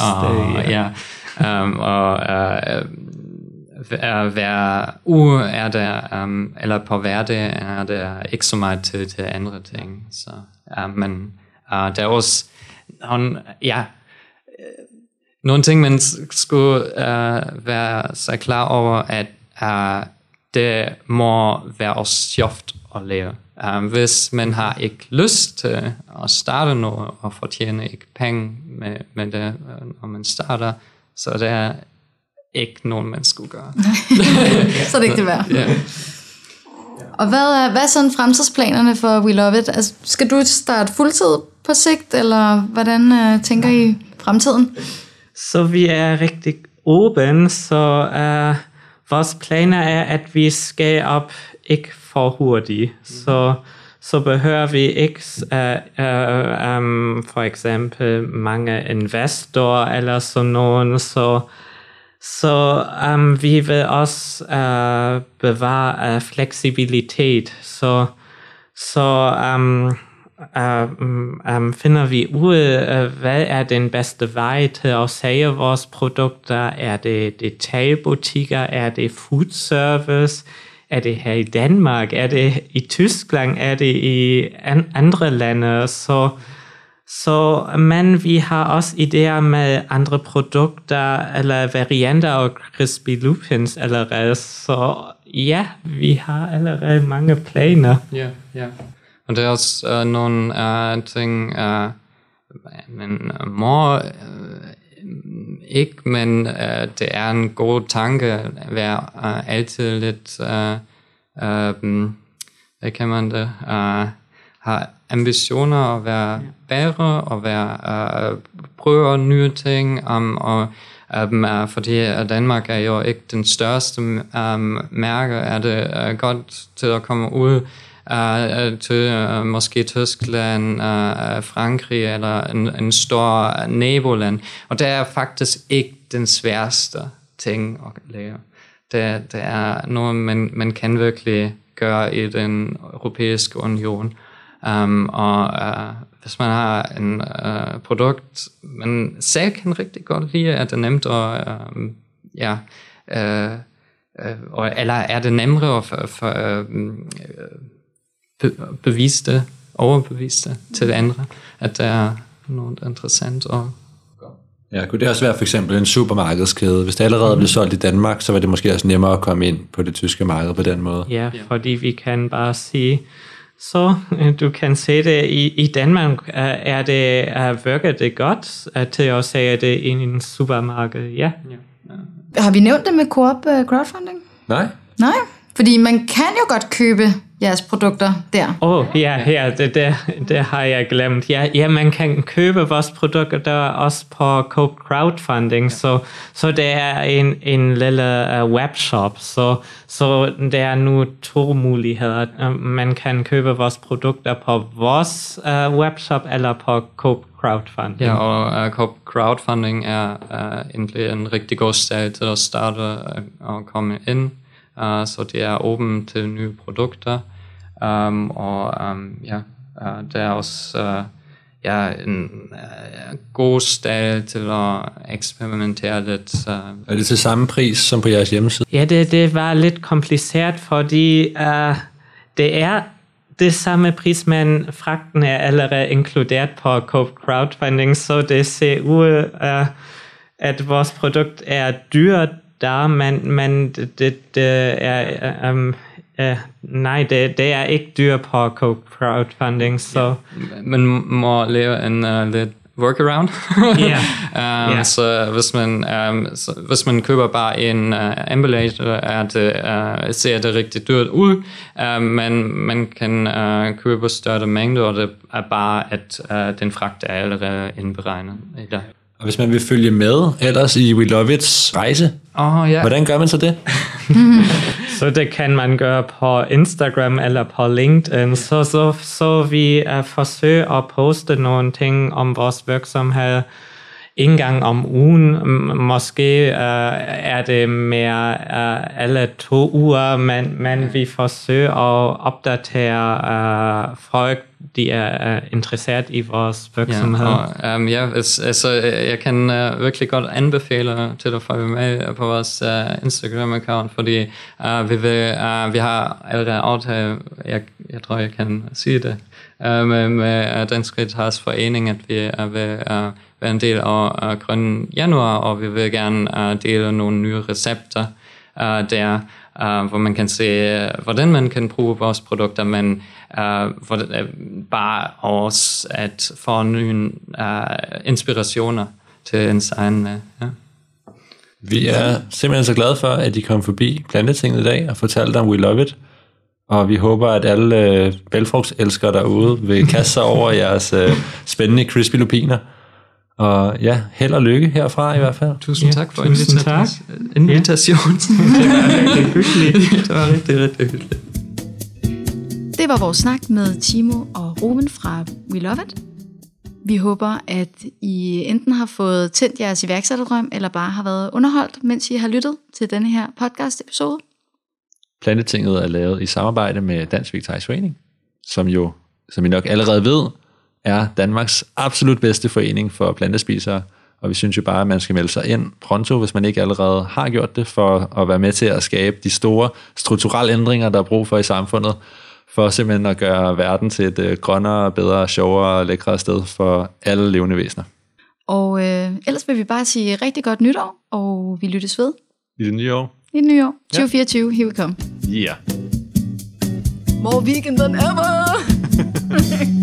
hver uge er der, eller på hverdag er der ikke så meget til andre ting. Så, men der er også nogle ting, man skulle være så klar over, at det må være også sjovt at lære. Hvis man har ikke lyst til at starte noget og fortjene ikke penge med det, når man starter, så det er ikke nogen, man skulle gøre. Så er det ikke det værd. Og hvad er sådan fremtidsplanerne for We Love It? Altså, skal du starte fuldtid på sigt, eller hvordan tænker I fremtiden? Så vi er rigtig åbne, så vores planer er, at vi skal op ikke for hurtigt. Så behøver vi ikke for eksempel mange investorer eller sådan nogen, så vi vil også bevare fleksibilitet. Så finder vi ud af, hvad er den bedste vej til at sælge vores produkter? Er det detailbutikker? Er det food service? Er det her i Danmark? Er det i Tyskland? Er det i andre lande? Men vi har også idéer med andre produkter eller varianter af Crispy Lupins allerede. Så ja, vi har allerede mange planer. Ja. Og der er også nogle ting, men ikke, men det er en god tanke at være altid lidt, hvad kan man det, have ambitioner og være bedre og være prøve nye ting, og fordi Danmark er jo ikke den største mærke, er det godt til at komme ud til måske Tyskland, Frankrig eller en stor naboland. Og det er faktisk ikke den sværeste ting at lære. Det er noget, man kan virkelig gøre i den europæiske union. Hvis man har en produkt, man selv kan rigtig godt lide, er det nemt at eller er det nemmere at overbevise det til andre, at det er noget interessant. Ja, kunne det også være for eksempel en supermarkedskæde? Hvis det allerede blev solgt i Danmark, så var det måske også nemmere at komme ind på det tyske marked på den måde. Ja, fordi vi kan bare sige, så du kan se det i Danmark, virker det godt til at sige det i en supermarked, ja. Har vi nævnt det med Coop crowdfunding? Nej, fordi man kan jo godt købe jeres produkter der. Det har jeg glemt. Ja, man kan købe vores produkter også på Coop crowdfunding, så det er en lille webshop, så der er nu 2 muligheder. Man kan købe vores produkter på vores webshop eller på Coop crowdfunding. Ja, og Coop crowdfunding er egentlig en rigtig god sted til at starte og komme ind. Så det er åbent til nye produkter, det er også en god sted til at eksperimentere lidt. Er det til samme pris som på jeres hjemmeside? Ja, det var lidt kompliceret, fordi det er det samme pris, men fragten er allerede inkluderet på Coop crowdfunding, så det ser ud, at vores produkt er dyrt der, men det er ikke dyrt på crowdfunding, så man må lave en lidt workaround. Så hvis man køber bare en emballage, ser det rigtig dyrt ud, men man kan købe større mængder, og det er bare, at den fragt er allerede indberegnet i dag. Og hvis man vil følge med ellers i We Love It's rejse, hvordan gør man så det? Så det kan man gøre på Instagram eller på LinkedIn. Så vi forsøger at poste nogle ting om vores virksomhed en gang om ugen. Måske er det mere alle 2 uger, men vi forsøger at opdatere folk, de er interesseret i vores virksomhed. Jeg kan virkelig godt anbefale til at følge med på vores Instagram-account, fordi vi har allerede aftalt, jeg tror, jeg kan sige det, med Dansk Vegetarisk Forening, at vi vil være en del af Grøn Januar, og vi vil gerne dele nogle nye recepter der, hvor man kan se, hvordan man kan bruge vores produkter, men bare også at få nye inspirationer til ens egen. Vi er simpelthen så glade for, at I kom forbi Plantetinget i dag og fortalte om We Love It. Og vi håber, at alle bælgfrugtselskere derude vil kaste sig over jeres spændende crispy lupiner. Og ja, held og lykke herfra i hvert fald. Tusind tak for invitationen. Det var rigtig, rigtig hyggeligt. Det var vores snak med Timo og Ruben fra We Love It. Vi håber, at I enten har fået tændt jeres iværksætterdrøm, eller bare har været underholdt, mens I har lyttet til denne her podcast-episode. Plantetinget er lavet i samarbejde med Dansk Vegetarisk Forening, som I nok allerede ved, er Danmarks absolut bedste forening for plantespisere, Og vi synes jo bare, at man skal melde sig ind pronto, hvis man ikke allerede har gjort det, for at være med til at skabe de store strukturelle ændringer, der er brug for i samfundet, for simpelthen at gøre verden til et grønnere, bedre, sjovere og lækre sted for alle levende væsener. Og ellers vil vi bare sige rigtig godt nytår, og vi lyttes ved. I det nye år. I det nye år. 2024, here we come. Yeah. More vegan than ever!